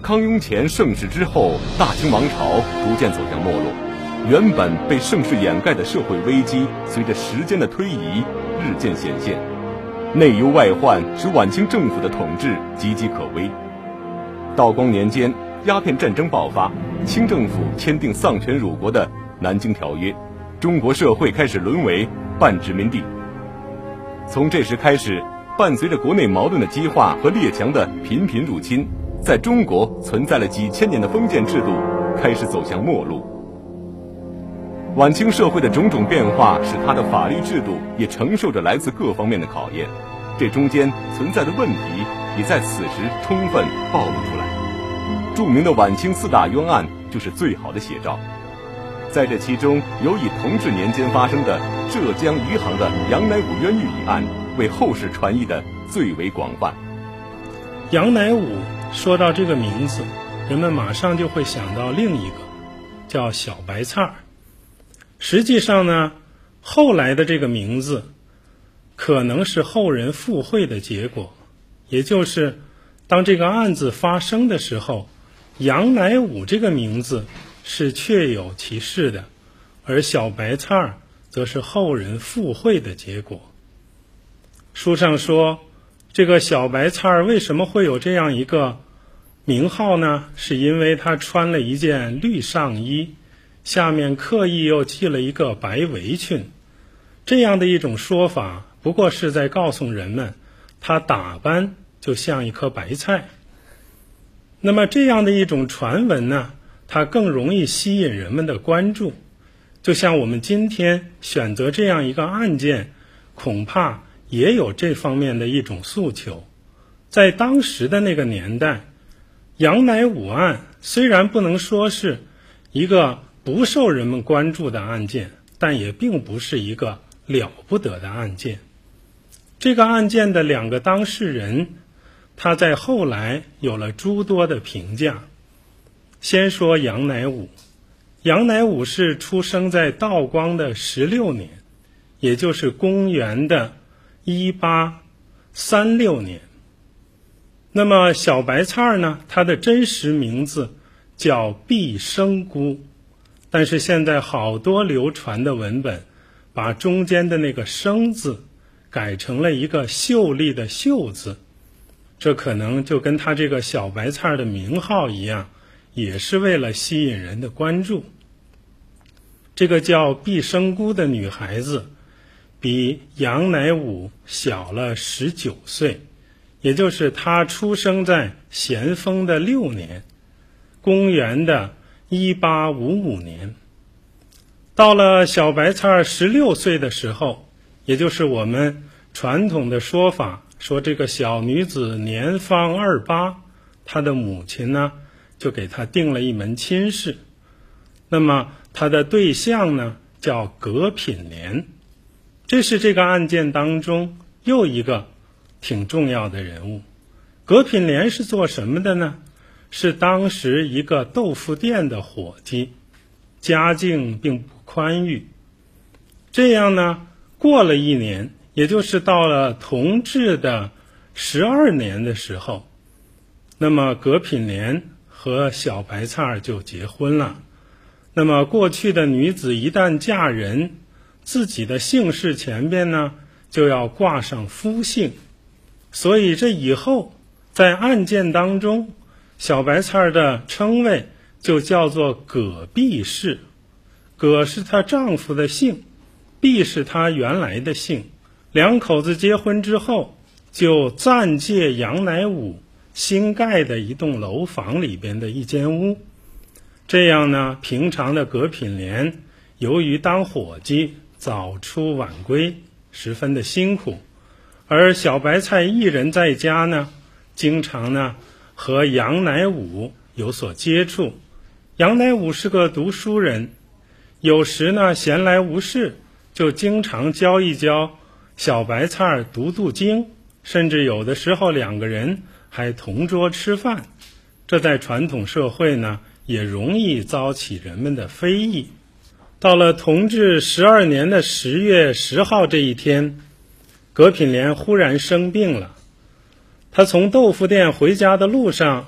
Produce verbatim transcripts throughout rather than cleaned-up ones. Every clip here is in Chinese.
康雍乾盛世之后，大清王朝逐渐走向没落，原本被盛世掩盖的社会危机，随着时间的推移日渐显现，内忧外患使晚清政府的统治岌岌可危。道光年间，鸦片战争爆发，清政府签订丧权辱国的《南京条约》，中国社会开始沦为半殖民地。从这时开始，伴随着国内矛盾的激化和列强的频频入侵，在中国存在了几千年的封建制度开始走向末路。晚清社会的种种变化使它的法律制度也承受着来自各方面的考验，这中间存在的问题也在此时充分暴露出来。著名的晚清四大冤案就是最好的写照。在这其中，有以同治年间发生的浙江余杭的杨乃武冤狱一案为后世传译的最为广泛。 杨乃武说到这个名字，人们马上就会想到另一个叫小白菜儿。实际上呢，后来的这个名字可能是后人附会的结果，也就是当这个案子发生的时候，杨乃武这个名字是确有其事的，而小白菜儿则是后人附会的结果。书上说，这个小白菜儿为什么会有这样一个名号呢？是因为他穿了一件绿上衣，下面刻意又系了一个白围裙。这样的一种说法，不过是在告诉人们，他打扮就像一颗白菜。那么这样的一种传闻呢，它更容易吸引人们的关注。就像我们今天选择这样一个案件，恐怕也有这方面的一种诉求。在当时的那个年代，杨乃武案虽然不能说是一个不受人们关注的案件，但也并不是一个了不得的案件。这个案件的两个当事人，他在后来有了诸多的评价。先说杨乃武，杨乃武是出生在道光的十六年，也就是公元的一八三六年。那么小白菜呢，他的真实名字叫毕生姑，但是现在好多流传的文本把中间的那个生字改成了一个秀丽的秀字，这可能就跟他这个小白菜的名号一样，也是为了吸引人的关注。这个叫毕生姑的女孩子比杨乃武小了十九岁，也就是她出生在咸丰的六年，公元的一八五五年。到了小白菜十六岁的时候，也就是我们传统的说法，说这个小女子年方二八，她的母亲呢就给她定了一门亲事。那么她的对象呢叫葛品莲，这是这个案件当中又一个挺重要的人物。葛品莲是做什么的呢？是当时一个豆腐店的伙计，家境并不宽裕。这样呢，过了一年，也就是到了同治的十二年的时候，那么葛品莲和小白菜就结婚了。那么过去的女子一旦嫁人，自己的姓氏前边呢就要挂上夫姓，所以这以后在案件当中，小白菜的称谓就叫做葛毕氏。葛是她丈夫的姓，毕是她原来的姓。两口子结婚之后，就暂借杨乃武新盖的一栋楼房里边的一间屋。这样呢，平常的葛品莲由于当伙计早出晚归，十分的辛苦，而小白菜一人在家呢，经常呢和杨乃武有所接触。杨乃武是个读书人，有时呢闲来无事，就经常教一教小白菜读读经，甚至有的时候两个人还同桌吃饭。这在传统社会呢也容易遭起人们的非议。到了同治十二年的十月十号这一天，葛品莲忽然生病了。她从豆腐店回家的路上，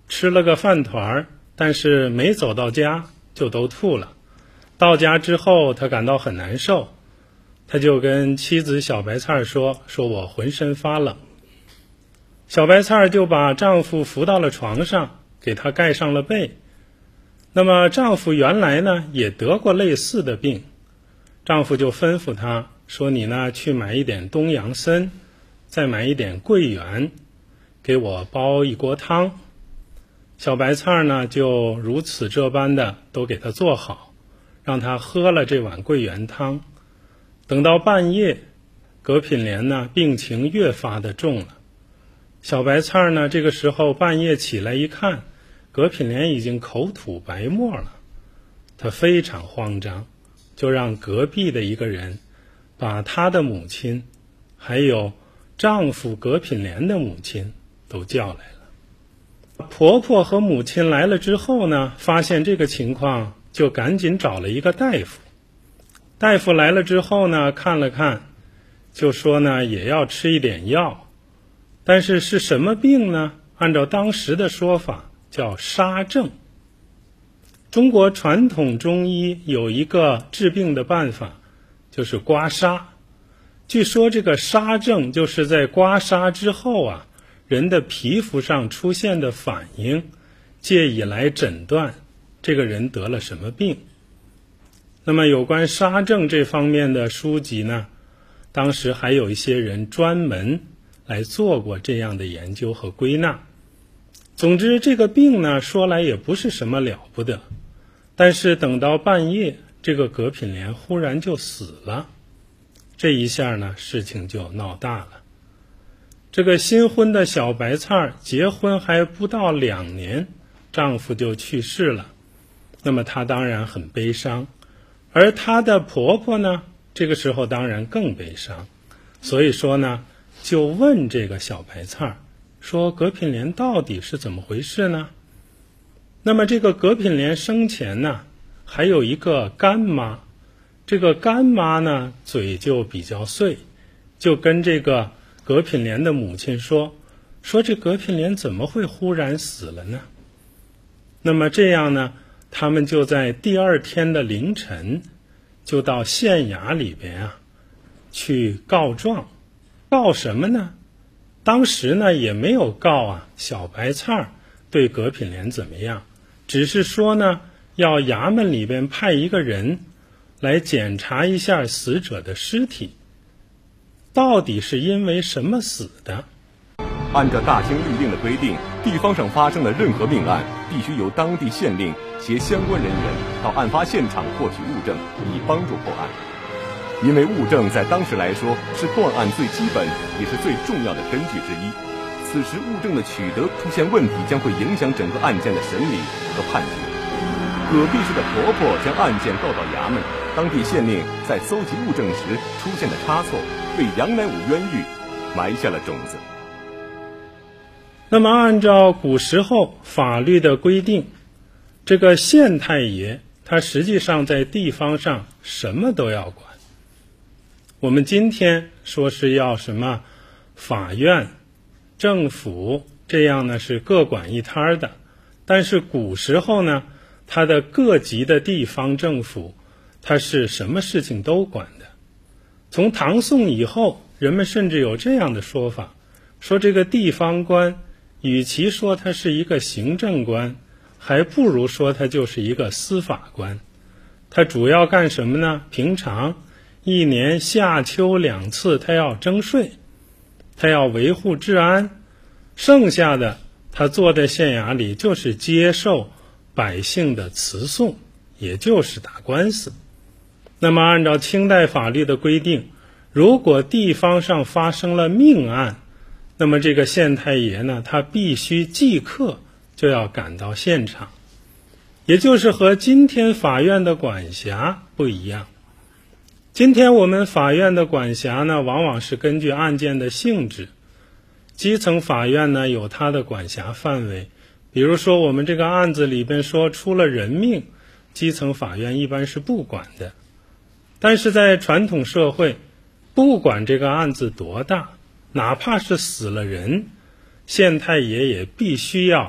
吃了个饭团，但是没走到家就都吐了。到家之后他感到很难受，他就跟妻子小白菜说说我浑身发冷。小白菜就把丈夫扶到了床上，给他盖上了被。那么丈夫原来呢也得过类似的病，丈夫就吩咐他说你呢去买一点东洋参，再买一点桂圆，给我煲一锅汤。小白菜呢就如此这般的都给他做好，让他喝了这碗桂圆汤。等到半夜，葛品莲呢病情越发的重了。小白菜呢这个时候半夜起来一看，葛品莲已经口吐白沫了，他非常慌张，就让隔壁的一个人把他的母亲还有丈夫葛品莲的母亲都叫来了。婆婆和母亲来了之后呢，发现这个情况，就赶紧找了一个大夫。大夫来了之后呢，看了看，就说呢也要吃一点药，但是是什么病呢？按照当时的说法叫沙症。中国传统中医有一个治病的办法，就是刮痧。据说这个沙症就是在刮痧之后啊，人的皮肤上出现的反应，借以来诊断这个人得了什么病。那么有关沙症这方面的书籍呢，当时还有一些人专门来做过这样的研究和归纳。总之这个病呢说来也不是什么了不得，但是等到半夜，这个葛品莲忽然就死了，这一下呢事情就闹大了。这个新婚的小白菜结婚还不到两年，丈夫就去世了，那么她当然很悲伤，而她的婆婆呢这个时候当然更悲伤，所以说呢就问这个小白菜说葛品莲到底是怎么回事呢？那么这个葛品莲生前呢还有一个干妈，这个干妈呢嘴就比较碎，就跟这个葛品莲的母亲说说这葛品莲怎么会忽然死了呢？那么这样呢，他们就在第二天的凌晨就到县衙里边啊去告状。告什么呢？当时呢也没有告啊小白菜对葛品莲怎么样，只是说呢要衙门里边派一个人来检查一下死者的尸体，到底是因为什么死的。 按照大清律令的规定，地方上发生的任何命案，必须由当地县令携相关人员到案发现场获取物证，以帮助破案。因为物证在当时来说是断案最基本也是最重要的根据之一，此时物证的取得出现问题，将会影响整个案件的审理和判决。葛碧氏的婆婆将案件告到衙门，当地县令在搜集物证时出现的差错，为杨乃武冤狱埋下了种子。 那么按照古时候法律的规定，这个县太爷他实际上在地方上什么都要管。我们今天说是要什么法院、政府，这样呢是各管一摊的，但是古时候呢，它的各级的地方政府，它是什么事情都管的。从唐宋以后，人们甚至有这样的说法，说这个地方官与其说他是一个行政官，还不如说他就是一个司法官。他主要干什么呢？平常一年夏秋两次他要征税，他要维护治安，剩下的他坐在县衙里就是接受百姓的词讼，也就是打官司。那么按照清代法律的规定，如果地方上发生了命案，那么这个县太爷呢，他必须即刻就要赶到现场，也就是和今天法院的管辖不一样。今天我们法院的管辖呢，往往是根据案件的性质。基层法院呢有它的管辖范围，比如说我们这个案子里边说出了人命，基层法院一般是不管的。但是在传统社会，不管这个案子多大，哪怕是死了人，县太爷也必须要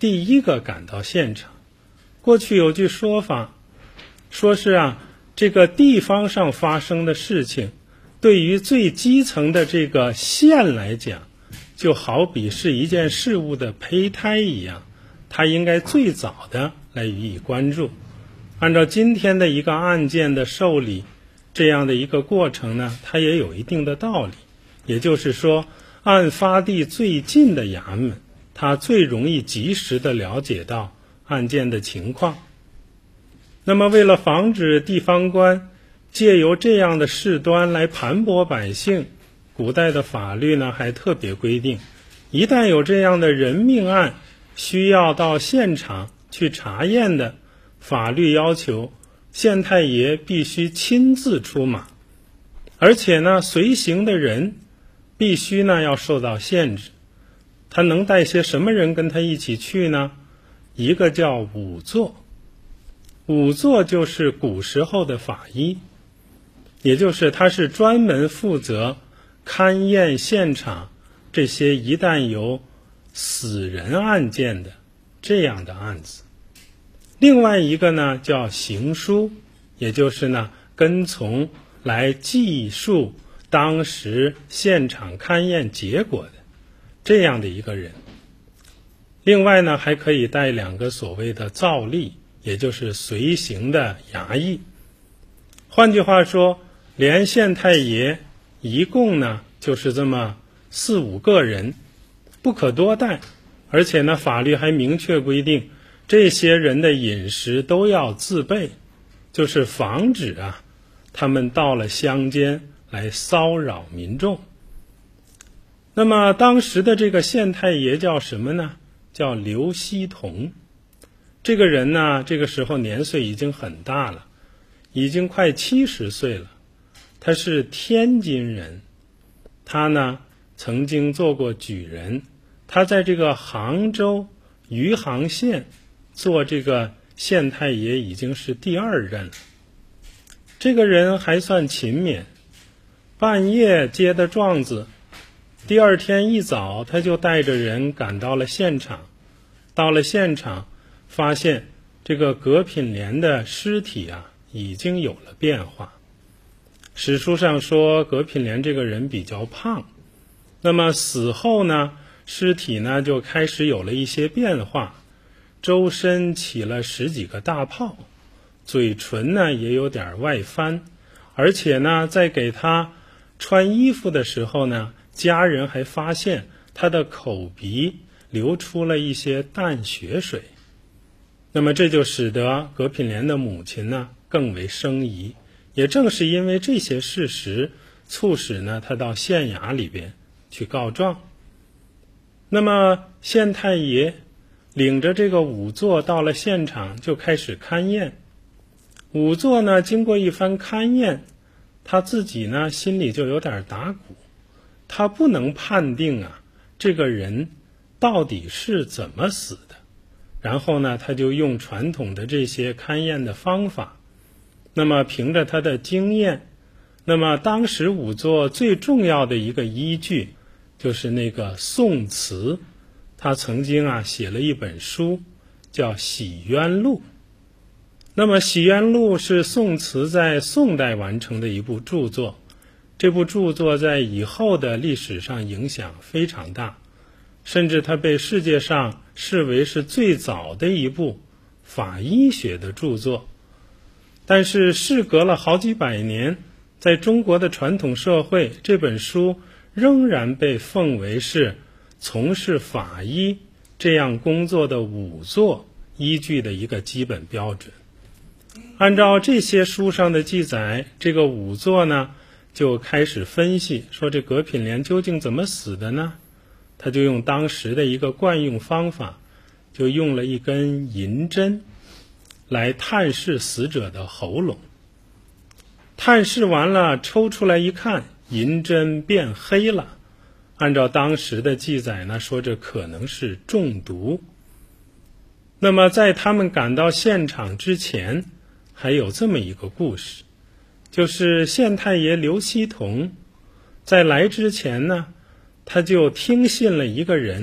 第一个赶到现场。过去有句说法，说是啊，这个地方上发生的事情，对于最基层的这个县来讲，就好比是一件事物的胚胎一样，它应该最早的来予以关注。按照今天的一个案件的受理，这样的一个过程呢，它也有一定的道理。也就是说，案发地最近的衙门，它最容易及时的了解到案件的情况。那么为了防止地方官借由这样的事端来盘剥百姓，古代的法律呢还特别规定，一旦有这样的人命案需要到现场去查验的，法律要求县太爷必须亲自出马，而且呢随行的人必须呢要受到限制。他能带些什么人跟他一起去呢？一个叫仵作，仵作就是古时候的法医，也就是他是专门负责勘验现场这些一旦有死人案件的这样的案子。另外一个呢叫行书，也就是呢跟从来记述当时现场勘验结果的这样的一个人。另外呢还可以带两个所谓的造吏，也就是随行的衙役。换句话说，连县太爷一共呢就是这么四五个人，不可多带。而且呢法律还明确规定，这些人的饮食都要自备，就是防止啊他们到了乡间来骚扰民众。那么当时的这个县太爷叫什么呢？叫刘希同。这个人呢这个时候年岁已经很大了，已经快七十岁了。他是天津人，他呢曾经做过举人，他在这个杭州余杭县做这个县太爷已经是第二任了。这个人还算勤勉，半夜接的状子，第二天一早他就带着人赶到了现场。到了现场，发现这个葛品莲的尸体啊已经有了变化。史书上说葛品莲这个人比较胖，那么死后呢，尸体呢就开始有了一些变化，周身起了十几个大泡，嘴唇呢也有点外翻，而且呢在给他穿衣服的时候呢，家人还发现他的口鼻流出了一些淡血水。那么这就使得葛品莲的母亲呢更为生疑，也正是因为这些事实，促使呢他到县衙里边去告状。那么县太爷领着这个仵作到了现场，就开始勘验。仵作呢经过一番勘验，他自己呢心里就有点打鼓，他不能判定啊这个人到底是怎么死的。然后呢他就用传统的这些勘验的方法，那么凭着他的经验，那么当时仵作最重要的一个依据就是那个宋词，他曾经啊写了一本书叫《洗冤录》。那么《洗冤录》是宋词在宋代完成的一部著作，这部著作在以后的历史上影响非常大，甚至它被世界上视为是最早的一部法医学的著作。但是事隔了好几百年，在中国的传统社会，这本书仍然被奉为是从事法医这样工作的仵作依据的一个基本标准。按照这些书上的记载，这个仵作呢就开始分析，说这葛品莲究竟怎么死的呢？他就用当时的一个惯用方法，就用了一根银针来探视死者的喉咙。探视完了，抽出来一看，银针变黑了。按照当时的记载呢，说这可能是中毒。那么在他们赶到现场之前，还有这么一个故事，就是县太爷刘希同在来之前呢，他就听信了一个人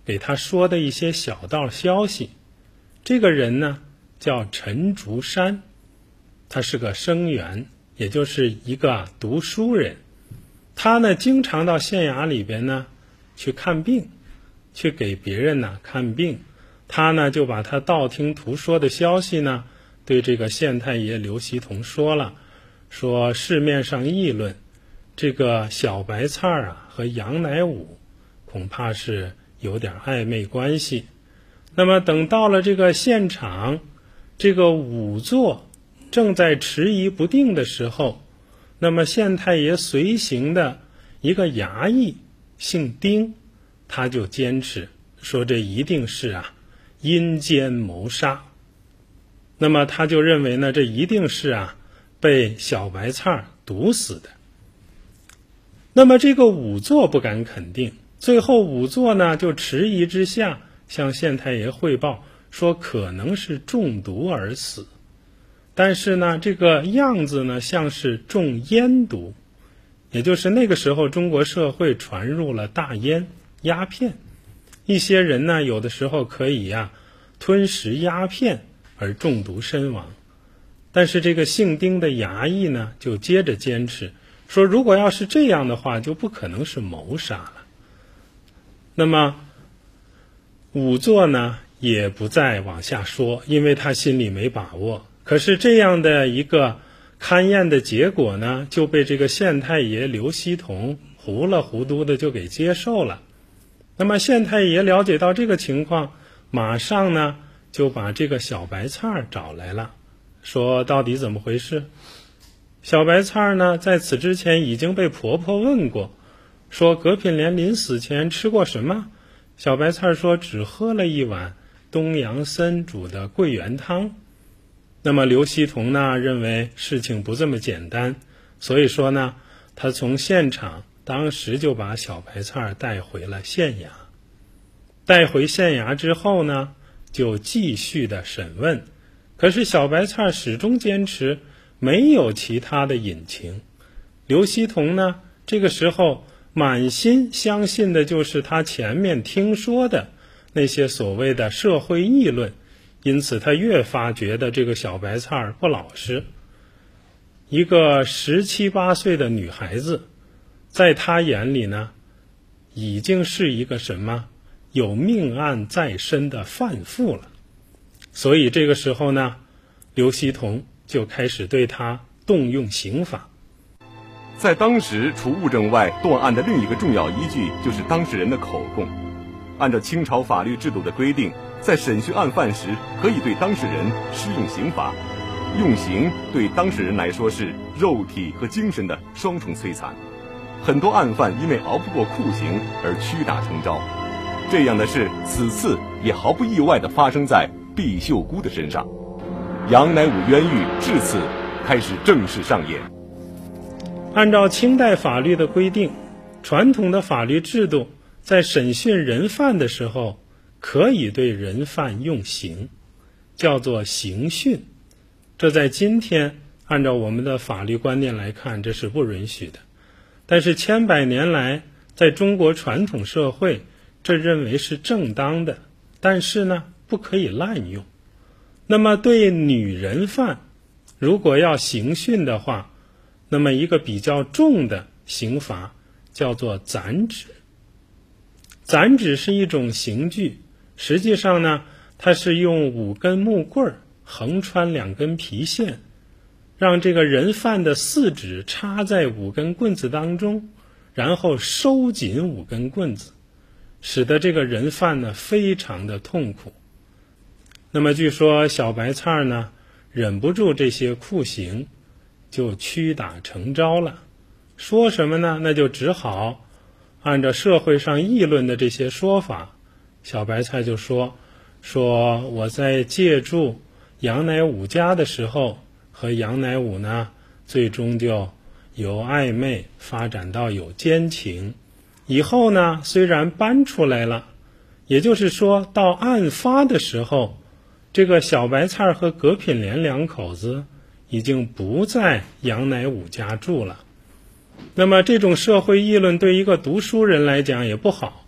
给他说的一些小道消息。这个人呢叫陈竹山，他是个生员，也就是一个读书人。他呢经常到县衙里边呢去看病，去给别人呢看病。他呢就把他道听途说的消息呢对这个县太爷刘希同说了，说市面上议论这个小白菜啊和杨乃武恐怕是有点暧昧关系。那么等到了这个现场，这个仵作正在迟疑不定的时候，那么县太爷随行的一个衙役姓丁，他就坚持说这一定是啊阴间谋杀。那么他就认为呢，这一定是啊被小白菜毒死的。那么这个仵作不敢肯定，最后仵作呢就迟疑之下向县太爷汇报说可能是中毒而死，但是呢这个样子呢像是中烟毒，也就是那个时候中国社会传入了大烟鸦片，一些人呢有的时候可以呀、啊、吞食鸦片而中毒身亡。但是这个姓丁的衙役呢就接着坚持说，如果要是这样的话就不可能是谋杀了。那么仵作呢也不再往下说，因为他心里没把握。可是这样的一个勘验的结果呢就被这个县太爷刘希同糊了糊涂的就给接受了。那么县太爷了解到这个情况，马上呢就把这个小白菜找来了，说到底怎么回事。小白菜呢在此之前已经被婆婆问过，说葛品莲临死前吃过什么。小白菜说只喝了一碗东洋参煮的桂圆汤。那么刘希同呢认为事情不这么简单，所以说呢他从现场当时就把小白菜带回了县衙。带回县衙之后呢就继续的审问，可是小白菜始终坚持没有其他的隐情。刘希同呢这个时候满心相信的就是他前面听说的那些所谓的社会议论，因此他越发觉得这个小白菜不老实。一个十七八岁的女孩子，在他眼里呢已经是一个什么有命案在身的犯妇了。所以这个时候呢刘希同就开始对他动用刑法。 在当时，除物证外，断案的另一个重要依据就是当事人的口供。按照清朝法律制度的规定，在审讯案犯时，可以对当事人施用刑罚。用刑对当事人来说是肉体和精神的双重摧残。很多案犯因为熬不过酷刑而屈打成招。这样的事，此次也毫不意外地发生在毕秀姑的身上。杨乃武冤狱至此开始正式上演。 按照清代法律的规定，传统的法律制度在审讯人犯的时候可以对人犯用刑，叫做刑讯。这在今天按照我们的法律观念来看，这是不允许的。但是千百年来在中国传统社会，这认为是正当的，但是呢不可以滥用。那么对女人犯如果要刑讯的话，那么一个比较重的刑罚叫做斩指。斩指是一种刑具，实际上呢它是用五根木棍横穿两根皮线，让这个人犯的四指插在五根棍子当中，然后收紧五根棍子，使得这个人犯呢非常的痛苦。那么据说小白菜呢忍不住这些酷刑，就屈打成招了。说什么呢？那就只好按照社会上议论的这些说法，小白菜就说说我在借住杨乃武家的时候，和杨乃武呢最终就由暧昧发展到有奸情。以后呢虽然搬出来了，也就是说到案发的时候，这个小白菜和葛品莲两口子已经不在杨乃武家住了。那么这种社会议论对一个读书人来讲也不好，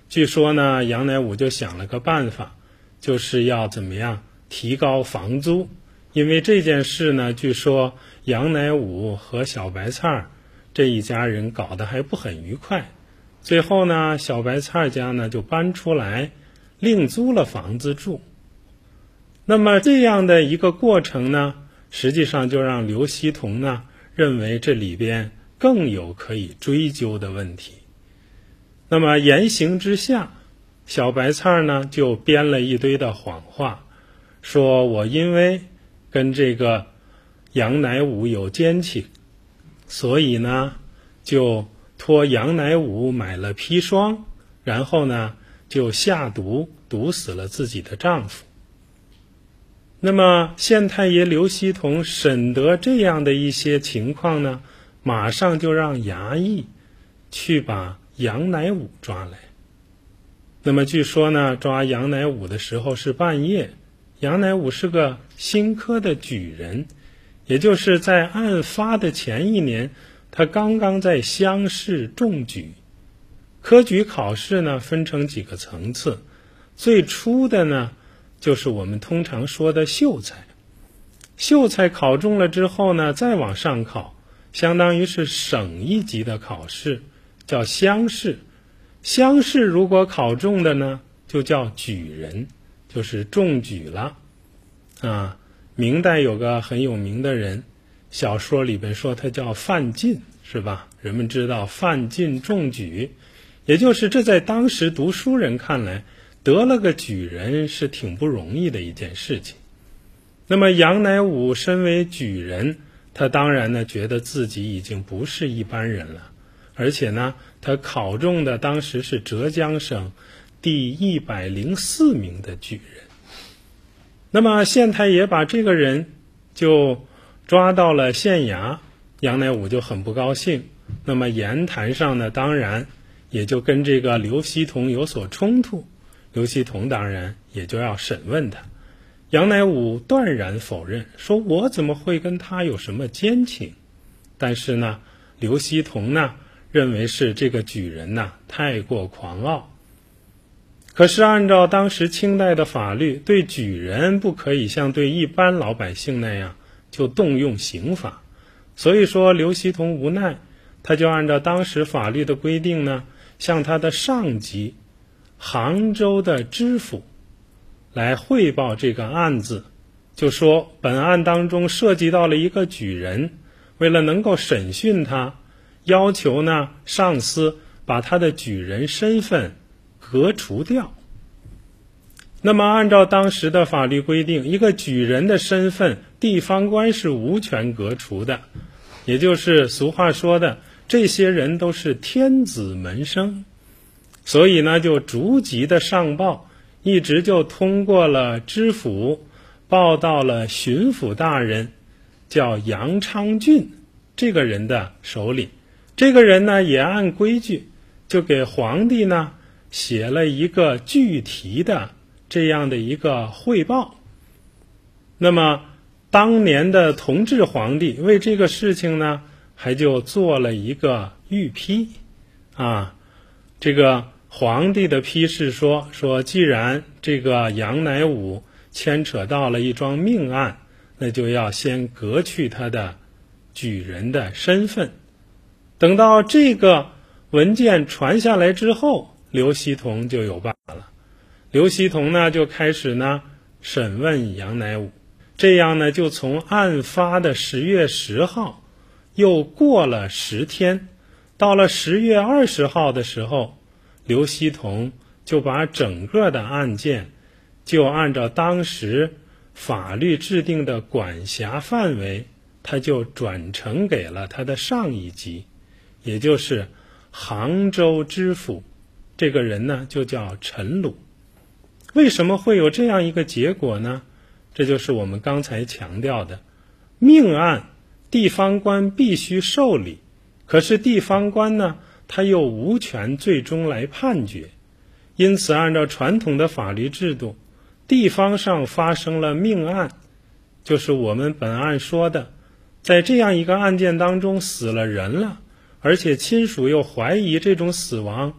据说呢，杨乃武就想了个办法，就是要怎么样提高房租。因为这件事呢，据说杨乃武和小白菜这一家人搞得还不很愉快。最后呢，小白菜家呢就搬出来另租了房子住。那么这样的一个过程呢，实际上就让刘锡同呢认为这里边更有可以追究的问题。那么言行之下，小白菜呢就编了一堆的谎话，说我因为跟这个杨乃武有奸情，所以呢就托杨乃武买了砒霜，然后呢就下毒毒死了自己的丈夫。那么县太爷刘锡同审得这样的一些情况呢，马上就让衙役去把杨乃武抓来。那么据说呢，抓杨乃武的时候是半夜。杨乃武是个新科的举人，也就是在案发的前一年，他刚刚在乡试中举。科举考试呢分成几个层次，最初的呢就是我们通常说的秀才。秀才考中了之后呢，再往上考，相当于是省一级的考试，叫乡试。乡试如果考中的呢，就叫举人，就是中举了啊。明代有个很有名的人，小说里边说他叫范进，是吧？人们知道范进中举，也就是这在当时读书人看来，得了个举人是挺不容易的一件事情。那么杨乃武身为举人，他当然呢觉得自己已经不是一般人了，而且呢他考中的当时是浙江省第一百零四名的举人。那么县太爷把这个人就抓到了县衙，杨乃武就很不高兴。那么言谈上呢，当然也就跟这个刘锡同有所冲突。刘锡同当然也就要审问他。杨乃武断然否认，说我怎么会跟他有什么奸情？但是呢，刘锡同呢认为是这个举人呢太过狂傲。可是按照当时清代的法律，对举人不可以像对一般老百姓那样就动用刑法。所以说刘锡同无奈，他就按照当时法律的规定呢，向他的上级杭州的知府来汇报这个案子，就说本案当中涉及到了一个举人，为了能够审讯他，要求呢上司把他的举人身份革除掉。那么按照当时的法律规定，一个举人的身份地方官是无权革除的，也就是俗话说的这些人都是天子门生。所以呢就逐级的上报，一直就通过了知府，报到了巡抚大人叫杨昌俊这个人的手里。这个人呢也按规矩就给皇帝呢写了一个具体的这样的一个汇报。那么当年的同治皇帝为这个事情呢还就做了一个御批啊。这个皇帝的批示说说既然这个杨乃武牵扯到了一桩命案，那就要先革去他的举人的身份。等到这个文件传下来之后，刘锡同就有办法了。刘锡同呢就开始呢审问杨乃武，这样呢就从案发的十月十号又过了十天，到了十月二十号的时候，刘锡同就把整个的案件就按照当时法律制定的管辖范围，他就转呈给了他的上一级，也就是杭州知府。这个人呢就叫陈鲁。为什么会有这样一个结果呢？这就是我们刚才强调的，命案地方官必须受理，可是地方官呢他又无权最终来判决。因此按照传统的法律制度，地方上发生了命案，就是我们本案说的，在这样一个案件当中死了人了，而且亲属又怀疑这种死亡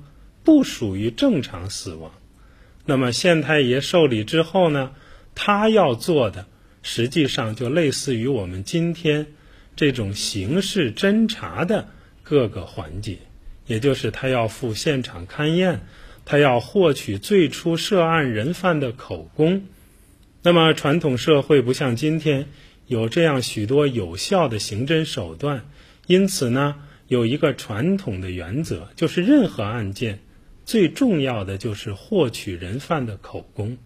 不属于正常死亡。那么县太爷受理之后呢，他要做的实际上就类似于我们今天这种刑事侦查的各个环节，也就是他要赴现场勘验，他要获取最初涉案人犯的口供。那么传统社会不像今天有这样许多有效的刑侦手段，因此呢，有一个传统的原则，就是任何案件最重要的就是获取人犯的口供。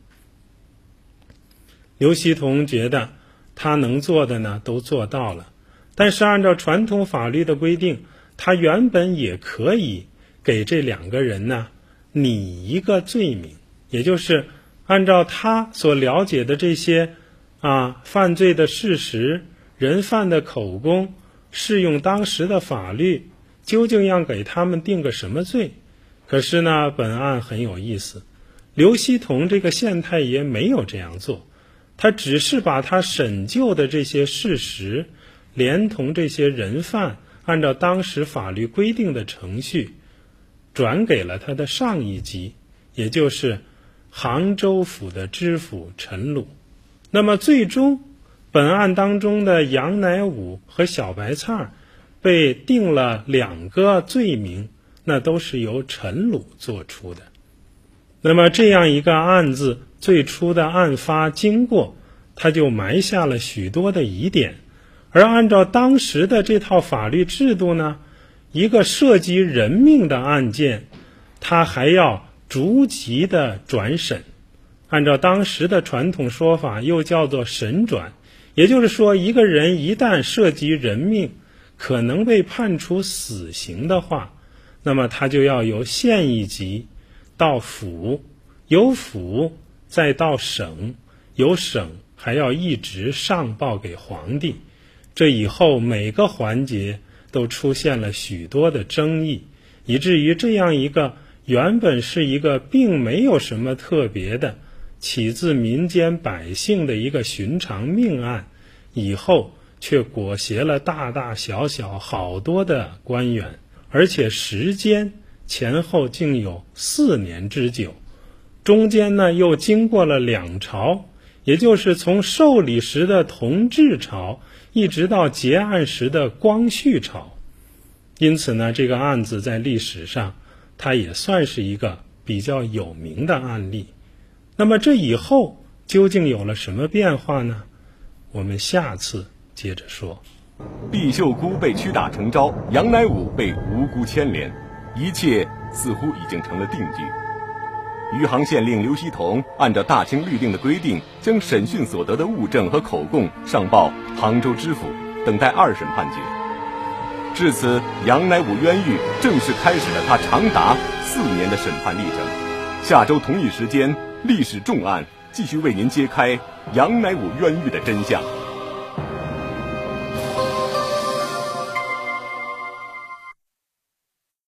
刘锡同觉得他能做的呢都做到了，但是按照传统法律的规定，他原本也可以给这两个人呢拟一个罪名，也就是按照他所了解的这些啊犯罪的事实、人犯的口供，适用当时的法律，究竟要给他们定个什么罪。可是呢，本案很有意思，刘锡同这个县太爷没有这样做，他只是把他审究的这些事实连同这些人犯按照当时法律规定的程序转给了他的上一级，也就是杭州府的知府陈鲁。那么最终本案当中的杨乃武和小白菜被定了两个罪名，那都是由陈鲁做出的。那么这样一个案子最初的案发经过，他就埋下了许多的疑点。而按照当时的这套法律制度呢，一个涉及人命的案件，他还要逐级的转审，按照当时的传统说法又叫做审转。也就是说，一个人一旦涉及人命，可能被判处死刑的话，那么他就要由县一级到府，由府再到省，由省还要一直上报给皇帝。这以后每个环节都出现了许多的争议，以至于这样一个原本是一个并没有什么特别的起自民间百姓的一个寻常命案，以后却裹挟了大大小小好多的官员，而且时间前后竟有四年之久，中间呢又经过了两朝，也就是从受理时的同治朝一直到结案时的光绪朝。因此呢，这个案子在历史上它也算是一个比较有名的案例。那么这以后究竟有了什么变化呢？我们下次接着说。 毕秀姑被屈打成招，杨乃武被无辜牵连，一切似乎已经成了定局。余杭县令刘锡同按照大清律令的规定，将审讯所得的物证和口供上报杭州知府，等待二审判决。至此，杨乃武冤狱正式开始了他长达四年的审判历程。下周同一时间，历史重案继续为您揭开杨乃武冤狱的真相。